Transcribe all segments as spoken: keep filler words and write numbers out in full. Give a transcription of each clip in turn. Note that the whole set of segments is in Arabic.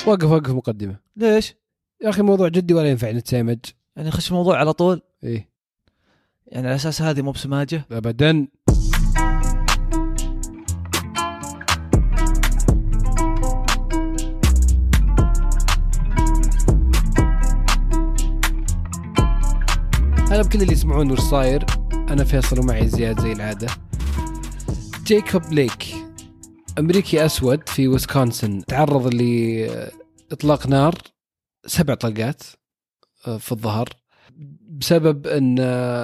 وقف وقف مقدمة. ليش يا أخي موضوع جدي ولا ينفع نتسامج يعني خش الموضوع على طول؟ إيه يعني على أساس هذه مو بسماجة أبدا. هلا بكل اللي يسمعون وش صاير. أنا فيصل ومعي زياد زي العادة. جايكوب بليك أمريكي أسود في ويسكونسن تعرض لإطلاق نار سبع طلقات في الظهر بسبب أن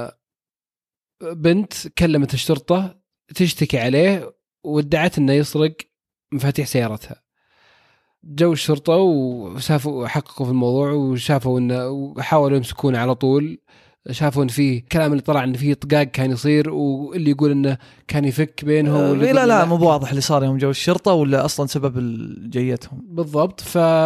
بنت كلمت الشرطة تشتكي عليه وادعت أنه يسرق مفاتيح سيارتها. جو الشرطة وشافوا حققوا في الموضوع وشافوا أنه وحاولوا يمسكونه على طول. شافوا ان فيه كلام اللي طلع ان فيه طقاق كان يصير واللي يقول انه كان يفك بينهم أه لا لا مو واضح اللي صار يوم جو الشرطة ولا اصلا سبب جيتهم بالضبط.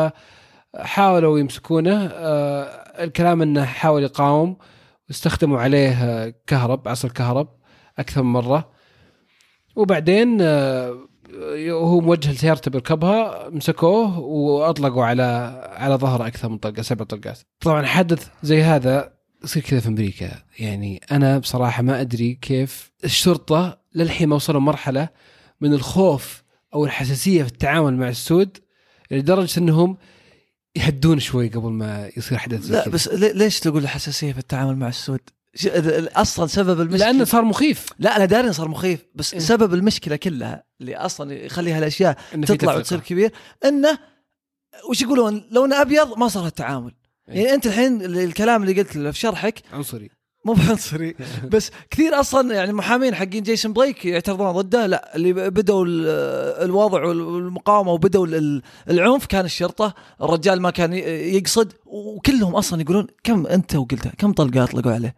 فحاولوا يمسكونه. أه الكلام انه حاول يقاوم واستخدموا عليه كهرب عصر كهرب اكثر من مرة. وبعدين أه وهو موجه لسيارته بركبها مسكوه واطلقوا على على ظهره اكثر من طلقة سبع طلقات. طبعا حدث زي هذا يصير كذا في أمريكا. يعني أنا بصراحة ما أدري كيف الشرطة للحين ما وصلوا مرحلة من الخوف أو الحساسية في التعامل مع السود لدرجة أنهم يهدون شوي قبل ما يصير حدث زي لا كذا. بس ليش تقول الحساسية في التعامل مع السود؟ أصلا سبب المشكلة لأنه صار مخيف. لا أنا داري صار مخيف بس إيه؟ سبب المشكلة كلها اللي أصلا يخليها الأشياء تطلع وتصير كبير إنه وش يقولون لون أبيض ما صار التعامل. يعني أنت الحين الكلام اللي قلت له في شرحك عنصري مو بعنصري بس كثير أصلا يعني محامين حقين جيسون بليك يعترضون ضده. لا اللي بدوا الوضع والمقاومة وبدوا العنف كان الشرطة. الرجال ما كان يقصد وكلهم أصلا يقولون كم أنت وقلتها كم طلقات طلقوا عليه؟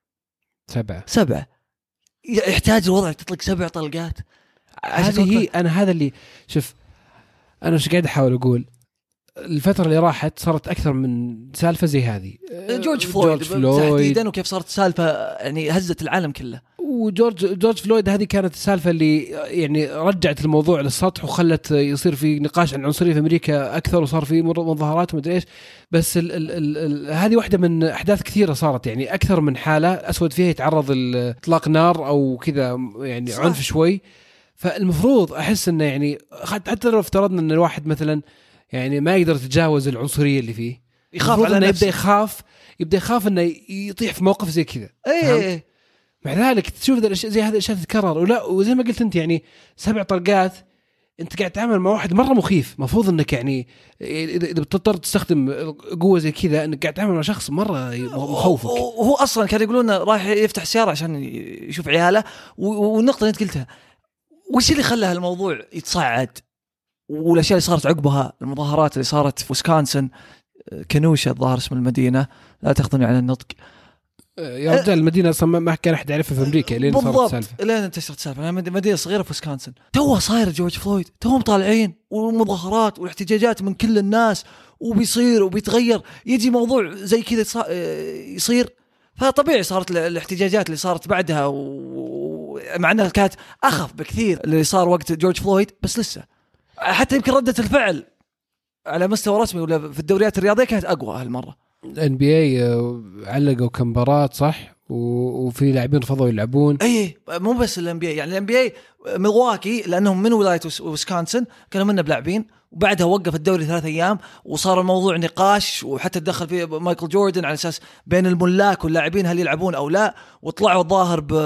سبعة سبعة. يحتاج الوضع تطلق سبع طلقات. هذه هي أنا هذا اللي شوف أنا وش قاعد أحاول أقول. الفترة اللي راحت صارت أكثر من سالفة زي هذه. جورج فلويد تحديدا وكيف صارت سالفة يعني هزت العالم كله. وجورج جورج فلويد هذه كانت السالفة اللي يعني رجعت الموضوع للسطح وخلت يصير في نقاش عن العنصرية في أمريكا أكثر وصار في مظاهرات ومدري إيش. بس ال ال ال ال هذه واحدة من أحداث كثيرة صارت يعني أكثر من حالة أسود فيها يتعرض لإطلاق نار أو كذا يعني صح. عنف شوي. فالمفروض أحس إنه يعني حتى لو افترضنا إن الواحد مثلا يعني ما يقدر يتجاوز العنصرية اللي فيه يخاف على إنه نفسه. يبدأ يخاف يبدأ يخاف إنه يطيح في موقف زي كذا. إيه مع ذلك تشوف ذا الأشياء زي هذه الأشياء تتكرر. ولا وزي ما قلت أنت يعني سبع طلقات أنت قاعد تعامل مع واحد مرة مخيف. مفروض إنك يعني إذا بتضطر تستخدم قوة زي كذا إنك قاعد تعامل مع شخص مرة مخوفك. وهو أصلا كان يقولون راح يفتح سيارة عشان يشوف عياله. والنقطة اللي أنت قلتها وش اللي خلى الموضوع يتصاعد والأشياء اللي صارت عقبها المظاهرات اللي صارت في ويسكونسن كنوشة الظاهر اسم المدينة لا تخطني عن النطق يا رجال المدينة أصلا ما كان أحد يعرفها في أمريكا لين صارت السالفة لين انتشرت السالفة. مدينة صغيرة في ويسكونسن توه صاير جورج فلويد توهم طالعين والمظاهرات والاحتجاجات من كل الناس وبيصير وبيتغير يجي موضوع زي كذا يصير. فطبيعي صارت الاحتجاجات اللي صارت بعدها ومع أنها كانت أخف بكثير اللي صار وقت جورج فلويد بس لسه حتى يمكن ردة الفعل على مستوى رسمي ولا في الدوريات الرياضية كانت أقوى هالمرة. إن بي إيه علقوا كمبارات صح وفي لاعبين رفضوا يلعبون. أيه مو بس الإن بي إيه يعني الإن بي إيه ملواكي لأنهم من ولاية ويسكونسن كانوا منه بلاعبين وبعدها وقف الدوري ثلاث أيام وصار الموضوع نقاش وحتى تدخل فيه مايكل جوردن على أساس بين الملاك واللاعبين هل يلعبون أو لا. وطلعوا الظاهر ب...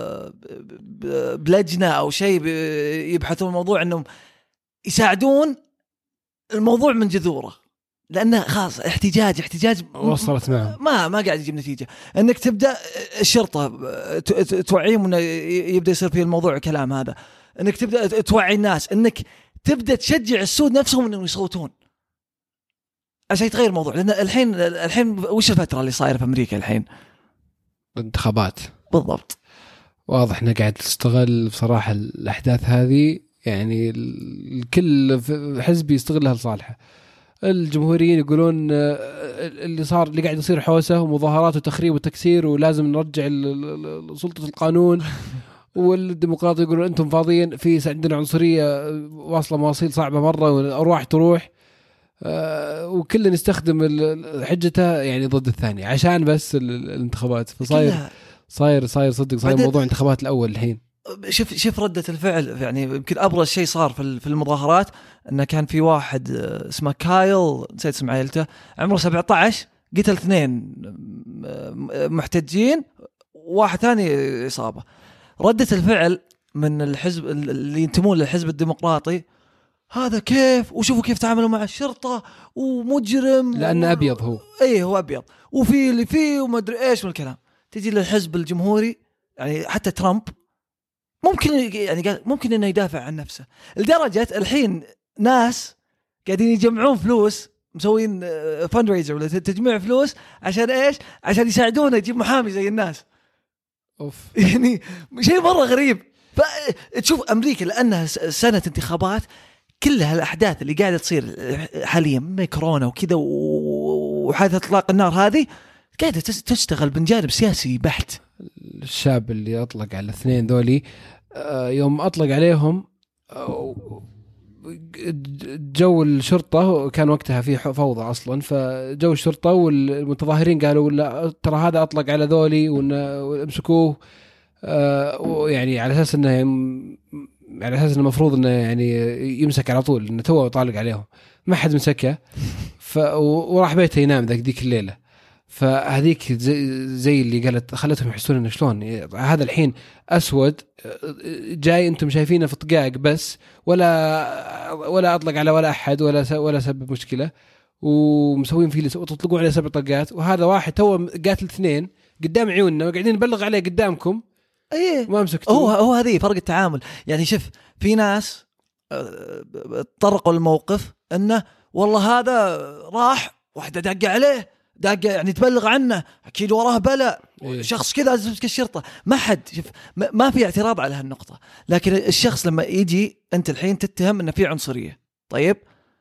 بلجنة أو شيء يبحثون الموضوع أنهم يساعدون الموضوع من جذوره لأنه خاص احتجاج احتجاج وصلت معه ما ما قاعد يجيب نتيجة. أنك تبدأ الشرطة توعيهم أنه يبدأ يصير فيه الموضوع كلام هذا. أنك تبدأ توعي الناس أنك تبدأ تشجع السود نفسهم أنهم يصوتون عشان يتغير الموضوع. لأن الحين الحين وش الفترة اللي صايرة في أمريكا الحين الانتخابات بالضبط. واضح أنه قاعد تستغل بصراحة الأحداث هذه يعني الكل حزب يستغلها لصالحه. الجمهوريين يقولون اللي صار اللي قاعد يصير حوسه ومظاهرات وتخريب وتكسير ولازم نرجع سلطة القانون. والديمقراطي يقولون أنتم فاضيين في عندنا عنصرية واصلة مواصيل صعبة مرة وأرواح تروح. آه وكل يستخدم حجته يعني ضد الثاني عشان بس الانتخابات. فصاير صاير صاير صدق صاير موضوع انتخابات الأول الحين. شوف شوف ردة الفعل يعني يمكن أبرز شيء صار في المظاهرات أنه كان في واحد اسمه كايل نسيت اسم عائلته عمره سبعة عشر قتل اثنين محتجين واحد ثاني إصابة. ردة الفعل من الحزب اللي ينتمون للحزب الديمقراطي هذا كيف وشوفوا كيف تعاملوا مع الشرطة ومجرم لأنه أبيض هو أيه هو أبيض وفي اللي فيه وما أدري إيش من الكلام. تجي للحزب الجمهوري يعني حتى ترامب ممكن يعني ممكن إنه يدافع عن نفسه لدرجة الحين ناس قاعدين يجمعون فلوس مسوين فاندريزر ولا تجميع فلوس عشان إيش عشان يساعدونه يجيب محامي زي الناس. أوف. يعني شيء مرة غريب. فتشوف أمريكا لأنها سنة انتخابات كلها الأحداث اللي قاعدة تصير حاليا من كورونا وكذا وحادثة إطلاق النار هذه قاعدة تشتغل من جانب سياسي بحت. الشاب اللي أطلق على الاثنين ذولي يوم أطلق عليهم جو الشرطة كان وقتها في فوضى أصلا فجو الشرطة والمتظاهرين قالوا لا ترى هذا أطلق على ذولي وامسكوه يعني على أساس إنه على أساس إنه المفروض إنه يعني يمسك على طول إنه توه يطالق عليهم ما حد مسكه ف وراح بيته ينام ذاك ديك الليلة. فهذيك زي, زي اللي قالت خلتهم يحسون إنه شلون هذا الحين أسود جاي أنتم شايفينه في طقاق بس ولا ولا أطلق على ولا أحد ولا ولا سبب مشكلة ومسوين فيه وتطلقوا عليه سبع طقات وهذا واحد توه قاتل اثنين قدام عيوننا وقاعدين نبلغ عليه قدامكم ايه ما مسكتوه. هو هو هذه فرق التعامل. يعني شوف في ناس طرقوا الموقف انه والله هذا راح واحدة دق عليه دق يعني تبلغ عنه اكيد وراه بلاء إيه. شخص كذا لازم تمسك الشرطة. ما حد شوف ما في اعتراض على هالنقطة لكن الشخص لما يجي انت الحين تتهم انه في عنصرية طيب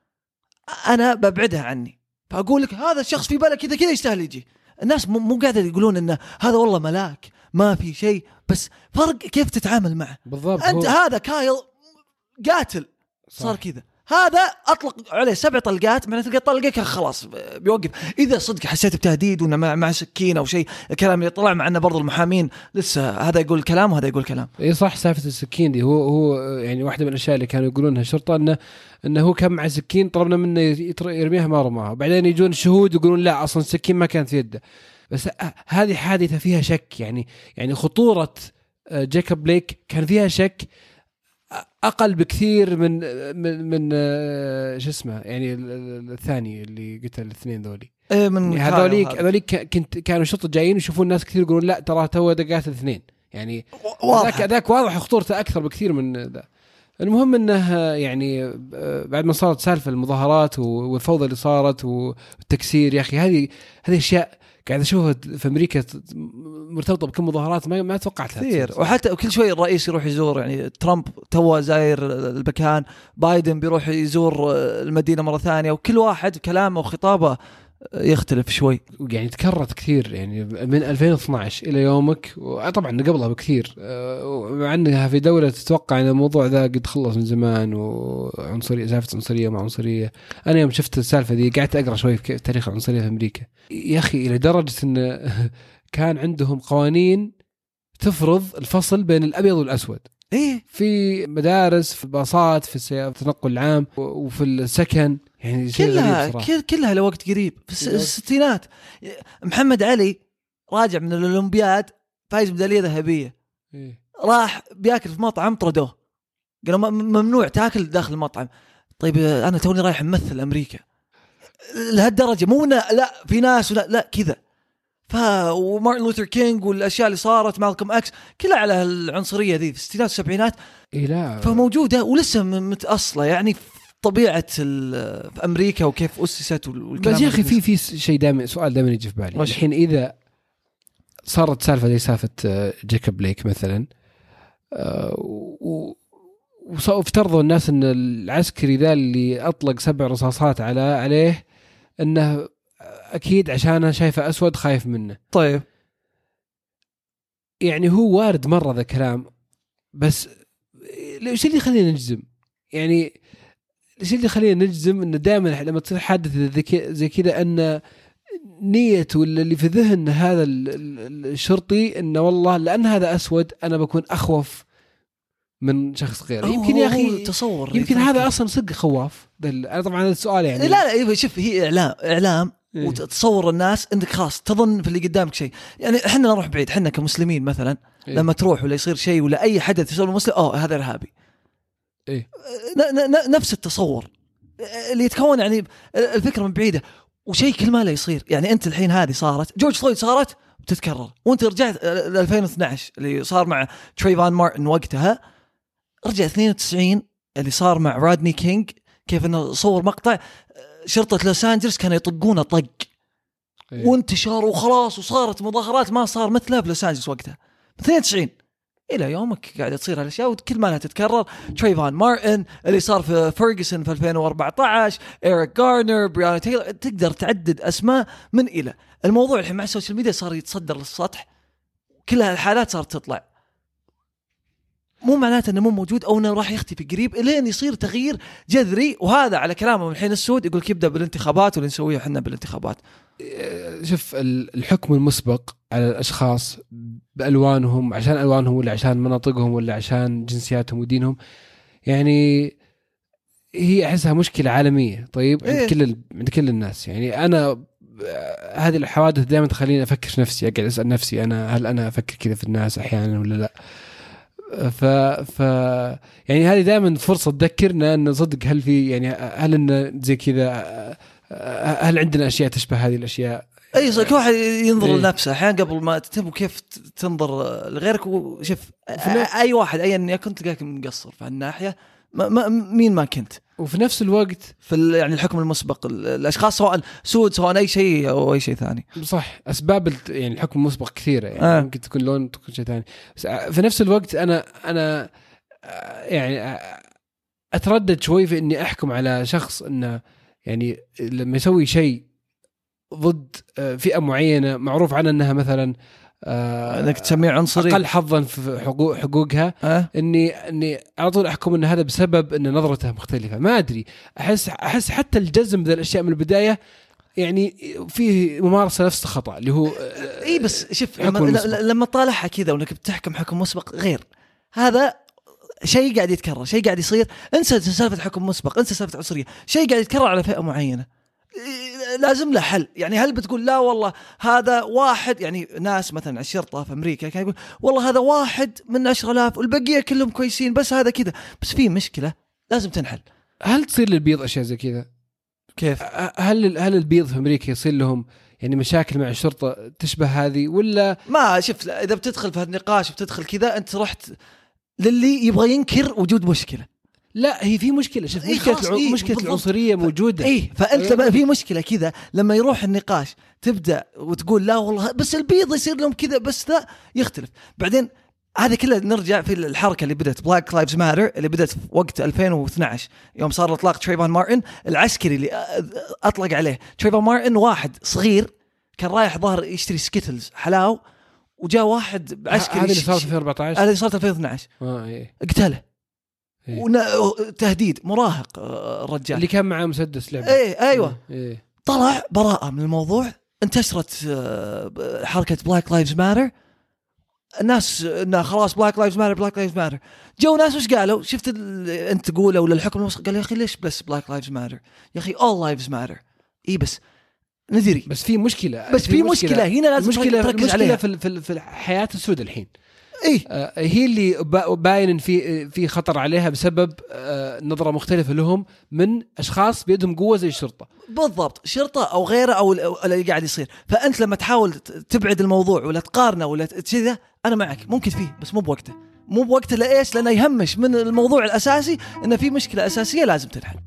انا ببعدها عني فاقول لك هذا الشخص في بلاء كذا كذا يستاهل يجي. الناس مو قاعدة يقولون انه هذا والله ملاك ما في شيء بس فرق كيف تتعامل معه بالضبط. أنت هو... هذا كايل قاتل صار كذا هذا أطلق عليه سبع طلقات معناته تلقى طلقك خلاص بيوقف. إذا صدق حسيت بتهديد وإنه مع, مع سكين أو شيء الكلام اللي طلع معنا برضو المحامين لسه هذا يقول كلام وهذا يقول كلام. إيه صح سالفة السكين دي هو هو يعني واحدة من الأشياء اللي كانوا يقولونها الشرطة إنه إنه هو كان مع سكين طلبنا منه يرميها ما رماها بعدين يجون الشهود يقولون لا أصلا السكين ما كانت في يده. بس هذه حادثة فيها شك يعني يعني خطورة جاكوب بليك كان فيها شك أقل بكثير من من من شو اسمه يعني الثاني اللي قتل الاثنين ذولي من هذوليك هذوليك كنت كانوا شرطة جايين ويشوفون الناس كثير يقولون لا ترى تو دقات الاثنين يعني ذاك ذاك واضح خطورته أكثر بكثير من ذا. المهم انه يعني بعد ما صارت سالفة المظاهرات والفوضى اللي صارت والتكسير يا أخي هذه هذه أشياء قاعد أشوفها في أمريكا مرتبطة بكم مظاهرات ما ما توقعتها كثير. وحتى كل شوي الرئيس يروح يزور يعني ترامب توا زاير المكان بايدن بيروح يزور المدينة مرة ثانية وكل واحد كلامه وخطابه يختلف شوي يعني تكررت كثير يعني من ألفين واثناشر إلى يومك وطبعا قبلها بكثير مع أنها في دولة تتوقع أن الموضوع ذا قد خلص من زمان وعنصرية سالفة عنصرية مع عنصرية. أنا يوم شفت السالفة دي قعدت أقرأ شوي في تاريخ العنصرية في أمريكا يا أخي إلى درجة أن كان عندهم قوانين تفرض الفصل بين الأبيض والأسود إيه في مدارس في باصات في السيارة التنقل العام وفي السكن يعني كلها كل كلها لوقت قريب في الستينات. محمد علي راجع من الأولمبياد فايز ميدالية ذهبية إيه؟ راح بياكل في مطعم طردوه قالوا ممنوع تاكل داخل المطعم. طيب أنا توني رايح أمثل أمريكا لهالدرجة مو لا في ناس ولا لا كذا. فا ومارتن لوثر كينج والأشياء اللي صارت مالكوم أكس كلها على العنصرية ذي في الستينات والسبعينات إيه لا فموجودة ولسه متأصلة يعني طبيعة في أمريكا وكيف أسست والكلام. بس يا أخي في في شيء دائما سؤال دائما يجي في بالي الحين إذا صارت سالفة زي سالفة جاكوب بليك مثلا وافترضوا الناس أن العسكري ذا اللي أطلق سبع رصاصات على عليه أنه أكيد عشانه شايفه أسود خايف منه. طيب يعني هو وارد مرة ذا كلام بس ليش اللي يخلينا نجزم يعني الشيء اللي يخلينا نجزم انه دائما لما تصير حادثه زي كذا ان نية اللي في ذهن هذا الشرطي انه والله لان هذا اسود انا بكون اخوف من شخص غيره. يمكن يا اخي تصور يمكن هذا اصلا صدق خواف. انا طبعا هذا السؤال يعني لا لا شوف هي اعلام اعلام إيه؟ وتصور الناس انك خلاص تظن في اللي قدامك شيء. يعني احنا نروح بعيد، احنا كمسلمين مثلا إيه؟ لما تروح ولا يصير شيء ولا اي حدث يصير مسلم اه هذا ارهابي إيه؟ نفس التصور اللي يتكون. يعني الفكره من بعيده وشيء كل ما لا يصير. يعني انت الحين هذه صارت جورج فلويد صارت بتتكرر، وانت رجعت ل ألفين واثني عشر اللي صار مع تريفان مارتن وقتها، رجع اثنين وتسعين اللي صار مع رادني كينج، كيف انه صور مقطع شرطة لوس أنجلس كانوا يطقونه طق إيه؟ وانتشار وخلاص وصارت مظاهرات ما صار مثلها في لوس أنجلس وقتها. اثنين وتسعين إلى يومك قاعدة تصير هالأشياء وكل ما لها تتكرر. تريفان مارتن اللي صار في فيرغسون في ألفين وأربعة عشر، إيريك غارنر، بريانا تايلر، تقدر تعدد أسماء من إلى. الموضوع الحين مع السوشيال ميديا صار يتصدر للسطح، كل هالحالات صارت تطلع. مو معناته انه مو موجود او انه راح يختفي قريب الين يصير تغيير جذري. وهذا على كلامه من الحين السود يقول يبدا بالانتخابات واللي نسويه احنا بالانتخابات. شوف الحكم المسبق على الاشخاص بالوانهم، عشان الوانهم ولا عشان مناطقهم ولا عشان جنسياتهم ودينهم، يعني هي احسها مشكله عالميه. طيب عند إيه؟ كل عند كل الناس. يعني انا هذه الحوادث دائما تخليني افكر في نفسي، اقعد اسال نفسي انا هل انا افكر كذا في الناس احيانا ولا لا. ف ف يعني هذه دائما فرصه تذكرنا ان صدق هل في يعني هل ان زي كذا، هل عندنا اشياء تشبه هذه الاشياء. اي صح، كل واحد ينظر إيه؟ لنفسه احيانا قبل ما تتم كيف تنظر لغيرك. وشوف اي واحد ايا يكن تلقاك مقصر في هالناحيه، ما ما مين ما كنت. وفي نفس الوقت في يعني الحكم المسبق الاشخاص سواء سود سواء اي شيء او اي شيء ثاني. صح، اسباب يعني الحكم المسبق كثيره، يعني آه. ممكن تكون لون تكون شيء ثاني. بس في نفس الوقت انا انا يعني اتردد شوي في اني احكم على شخص انه يعني لما يسوي شيء ضد فئه معينه معروف عنها انها مثلا آه انك تسميه عنصري اقل حظا في حقوق حقوقها أه؟ اني اني على طول احكم ان هذا بسبب ان نظرته مختلفه. ما ادري، احس احس حتى الجزم ذا الاشياء من البدايه يعني فيه ممارسه نفس الخطا اللي هو اي. بس شوف لما, لما طالعها كذا وانك بتحكم حكم مسبق غير، هذا شيء قاعد يتكرر، شيء قاعد يصير. انسى سالفه حكم مسبق، انسى سالفه عنصريه، شيء قاعد يتكرر على فئه معينه لازم له حل. يعني هل بتقول لا والله هذا واحد، يعني ناس مثلا الشرطة في أمريكا كان يقول والله هذا واحد من عشرة آلاف والبقية كلهم كويسين بس هذا كذا، بس في مشكلة لازم تنحل. هل تصير للبيض أشياء زي كذا؟ كيف؟ هل هل البيض في أمريكا يصير لهم يعني مشاكل مع الشرطة تشبه هذه ولا ما؟ شفت إذا بتدخل في هالنقاش بتدخل كذا أنت رحت للي يبغى ينكر وجود مشكلة. لا هي في مشكلة. شوف مشكلة إيه مشكلة العنصرية موجودة. إيه فأنت لما في مشكلة كذا لما يروح النقاش تبدأ وتقول لا والله بس البيض يصير لهم كذا بس ذا يختلف. بعدين هذا كله نرجع في الحركة اللي بدأت Black Lives Matter اللي بدأت في وقت ألفين واثني عشر يوم صار إطلاق تريفان مارتن العسكري اللي أطلق عليه. تريفان مارتن واحد صغير كان رايح ظهر يشتري سكيتلز حلاو وجاء واحد عسكري. هذا اللي صار في ألفين وأربعة عشر. هذا اللي صار في ألفين واثني عشر. آه إيه. اقتله. إيه. وتهديد مراهق الرجال اللي كان معه مسدس لعبة. ايه ايوه إيه. طلع براءة من الموضوع. انتشرت حركة بلاك لايفز ماتر. الناس انه خلاص بلاك لايفز ماتر بلاك لايفز ماتر. جو ناس وش قالوا؟ شفت انت تقوله ولا الحكم المسبق قال يا اخي ليش بس بلاك لايفز ماتر يا اخي all lives matter. اي بس ندري بس في مشكلة بس في مشكلة, مشكلة هنا لازم مشكلة تركز عليها. في في في الحياة السود الحين إيه؟ آه هي اللي باين إن في في خطر عليها بسبب آه نظرة مختلفة لهم من أشخاص بيدهم قوة زي الشرطة. بالضبط، شرطة أو غيره أو اللي قاعد يصير. فأنت لما تحاول تبعد الموضوع ولا تقارنه ولا كذا أنا معك ممكن فيه بس مو بوقته مو بوقته لإيش؟ لأنه يهمش من الموضوع الأساسي إنه في مشكلة أساسية لازم تنحل.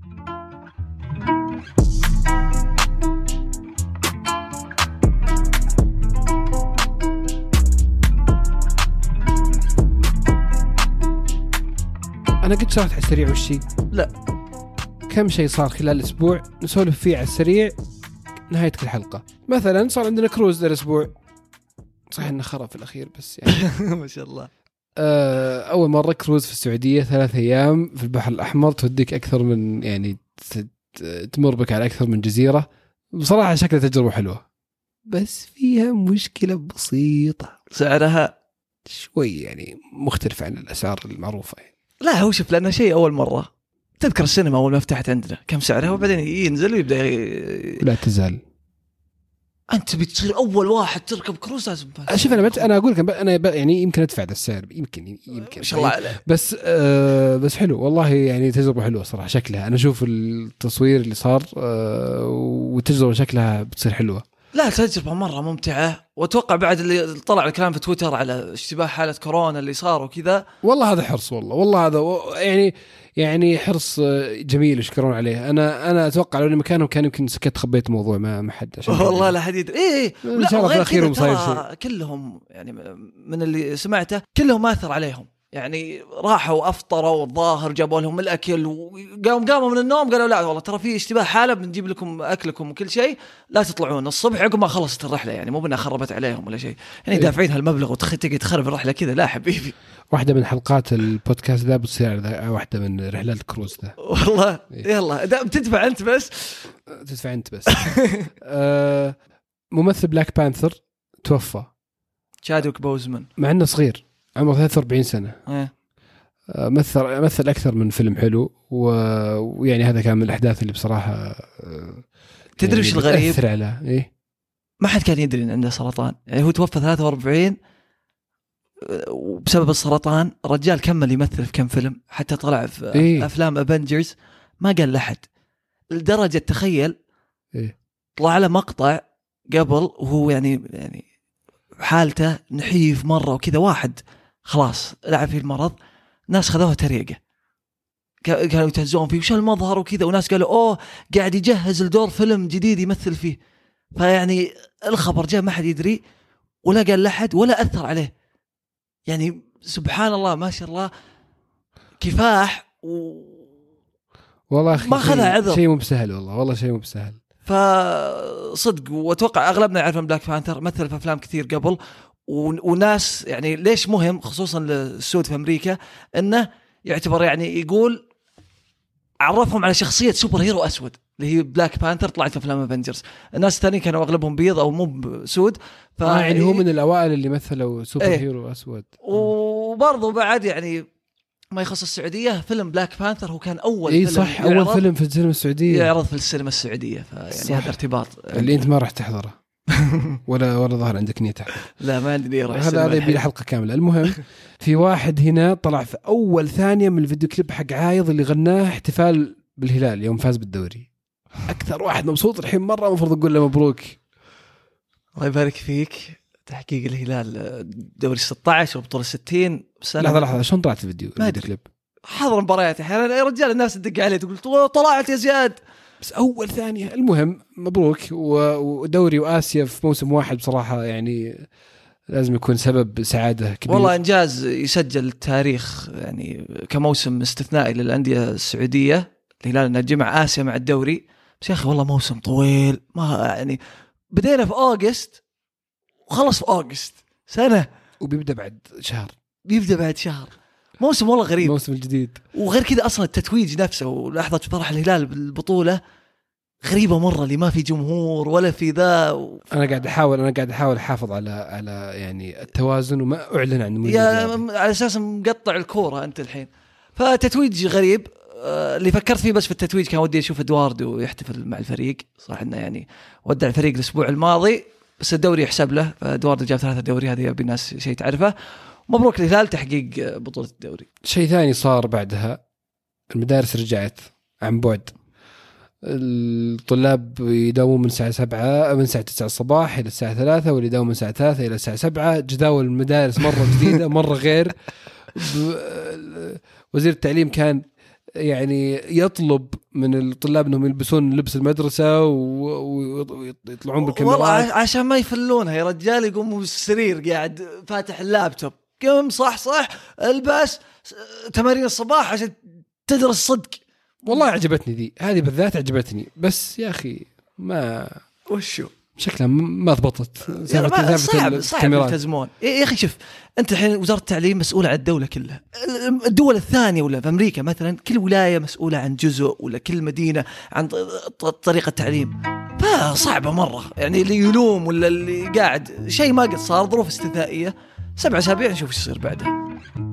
أنا قد شرحت على السريع وشي؟ لا. كم شيء صار خلال الأسبوع نسولف فيه على السريع نهاية كل حلقة. مثلا صار عندنا كروز ذا الأسبوع، صح إنه خرا في الأخير بس يعني ما شاء الله. آه، اول مره كروز في السعوديه ثلاث ايام في البحر الاحمر، توديك اكثر من يعني تمر بك على اكثر من جزيره. بصراحه شكلها تجربه حلوه، بس فيها مشكله بسيطه، سعرها شوي يعني مختلف عن الاسعار المعروفه يعني. لا هو شوف، لأنه شيء أول مرة. تذكر السينما أول ما فتحت عندنا كم سعرها، وبعدين ينزل ويبدأ ي... لا تزال أنت بتصير أول واحد تركب كروز لازم. شوف أنا بت... أنا أقول لك أنا ب... يعني يمكن أدفع ذا السعر، يمكن يمكن ما شاء الله عليه. بس آه بس حلو والله يعني، تجربة حلوة صراحة. شكلها أنا أشوف التصوير اللي صار آه وتجربة شكلها بتصير حلوة. لا تجربة مرة ممتعة، وأتوقع بعد اللي طلع الكلام في تويتر على اشتباه حالة كورونا اللي صار وكذا، والله هذا حرص، والله والله هذا يعني يعني حرص جميل يشكرون عليه. انا انا اتوقع لو اني مكانهم كان يمكن سكت خبيت الموضوع ما ما حد عشان والله لا حد يدري. ايه ان شاء الله في الاخير صاير شيء. كلهم يعني من اللي سمعته كلهم اثر عليهم، يعني راحوا افطروا الظاهر جابوا لهم الاكل وقاموا قاموا من النوم قالوا لا والله ترى في اشتباه حاله، بنجيب لكم اكلكم وكل شيء، لا تطلعون الصبح عقب ما خلصت الرحله، يعني مو بنا خربت عليهم ولا شيء، يعني دافعين هالمبلغ وتخرج تخرب الرحله كذا. لا حبيبي، واحده من حلقات البودكاست ذا بتصير واحده من رحلات الكروز ذا والله. يلا ده بتدفع انت بس، تدفع انت بس. آه ممثل بلاك بانثر توفى، تشادويك بوزمان، مع انه صغير عمره ثلاثة وأربعين سنة. ايه. مثل مثل أكثر من فيلم حلو، ويعني هذا كان من الأحداث اللي بصراحة تدري وش يعني الغريب؟ تأثر على إيه؟ ما حد كان يدري إن عنده سرطان، يعني هو توفى ثلاثة وأربعين وبسبب السرطان. الرجال كمل يمثل في كم فيلم، حتى طلع في إيه؟ أفلام أفنجرز، ما قال لحد. لدرجة تخيل إيه؟ طلع له مقطع قبل وهو يعني يعني حالته نحيف مرة وكذا، واحد خلاص لعب فيه المرض، ناس خذوها تريقة، كانوا يتهزون فيه وش المظهر وكذا، وناس قالوا أوه قاعد يجهز لدور فيلم جديد يمثل فيه. فيعني الخبر جاء ما حد يدري ولا قال لحد ولا أثر عليه، يعني سبحان الله ما شاء الله كفاح و... والله أخي ما خذها عذر، شيء مو بسهل والله، والله شيء مو بسهل. فصدق وأتوقع أغلبنا يعرف بلاك بانثر، مثل في أفلام كثير قبل، وناس يعني ليش مهم خصوصا للسود في أمريكا إنه يعتبر يعني يقول عرفهم على شخصية سوبر هيرو أسود اللي هي بلاك بانثر، طلعت في أفلام أفنجرز. الناس الثانيين كانوا أغلبهم بيض أو مو سود، ف... آه يعني هو من الأوائل اللي مثلوا سوبر ايه هيرو أسود. وبرضه بعد يعني ما يخص السعودية، فيلم بلاك بانثر هو كان أول إيه فيلم صح، أول فيلم في السينما السعودية يعرض في السينما السعودية، فيعني هذا ارتباط اللي أنت ما راح تحضره ولا ولا ظهر عندك نية تحضر. لا ما عندي نية راح، هذا هذا يبي حلقة كاملة. المهم في واحد هنا طلع في أول ثانية من الفيديو كليب حق عايض اللي غناه احتفال بالهلال يوم فاز بالدوري. أكثر واحد مبسوط الحين مرة، المفروض أقول له مبروك. الله يبارك فيك. تحقيق الهلال دوري ستة عشر وبطولة ستين. لحظة لحظة شلون طلعت الفيديو الفيديو كليب؟ حضر مباريات أحيانا يا رجال، الناس تدق عليه تقول طلعت يا زياد، بس أول ثانية. المهم مبروك. ودوري وآسيا في موسم واحد بصراحة يعني لازم يكون سبب سعادة كبير. والله إنجاز يسجل التاريخ يعني كموسم استثنائي للأندية السعودية. الهلال إنه جمع آسيا مع الدوري، بس يا أخي والله موسم طويل، ما يعني بدينا في أغسطس وخلص في أغسطس سنة، وبيبدأ بعد شهر بيبدأ بعد شهر. موسم والله غريب، موسم الجديد. وغير كذا أصلا التتويج نفسه ولحظة فرح الهلال بالبطولة غريبة مرة، اللي ما في جمهور ولا في ذا و... أنا قاعد أحاول أنا قاعد أحاول أحافظ على على يعني التوازن وما أعلن عن يا على أساس مقطع الكورة أنت الحين. فتتويج غريب. آه اللي فكرت فيه بس في التتويج كان ودي أشوف إدواردو يحتفل مع الفريق، صح إنه يعني ودع الفريق الأسبوع الماضي بس الدوري يحسب له، فإدواردو جاب ثلاثة دوري، هذه يبي الناس شيء تعرفه. مبروك للهلال تحقيق بطولة الدوري. شيء ثاني صار بعدها، المدارس رجعت عن بعد. الطلاب يداومون من الساعة سبعة من الساعة تسعة الصباح إلى الساعة ثلاثة، واللي يداوم من الساعة ثلاثة إلى الساعة سبعة. جداول المدارس مرة جديدة مرة غير. وزير التعليم كان يعني يطلب من الطلاب انهم يلبسون لبس المدرسة ويطلعون بالكاميرات، والله عشان ما يفلونها يا رجال. يقوموا بالسرير قاعد فاتح اللابتوب، قم صح صح البس تمارين الصباح عشان تدرس صدق. والله عجبتني ذي، هذه بالذات عجبتني. بس يا أخي ما وشو شكلها ما ضبطت. صعب صعب يلتزمون يا اخي. شوف انت الحين وزاره التعليم مسؤوله عن الدوله كلها. الدول الثانيه ولا في امريكا مثلا كل ولايه مسؤوله عن جزء ولا كل مدينه عن طريقه تعليم. فصعبه مره يعني. اللي يلوم ولا اللي قاعد شيء ما قد صار ظروف استثنائيه سبع اسابيع نشوف ايش يصير بعدها.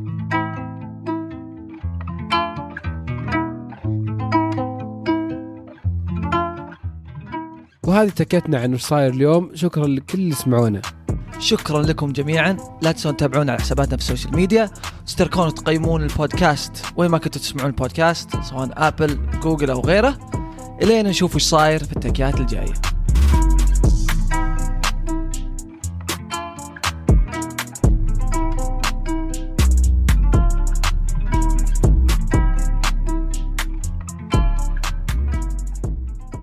وهذه تكتنا عن وش صاير اليوم. شكرا لكل اللي سمعونا. شكرا لكم جميعا. لا تنسون تتابعونا على حساباتنا في السوشيال ميديا، تشتركون وتقيمون البودكاست وين ما كنتوا تسمعون البودكاست سواء ابل جوجل او غيره. الين نشوف وش صاير في التكيات الجايه.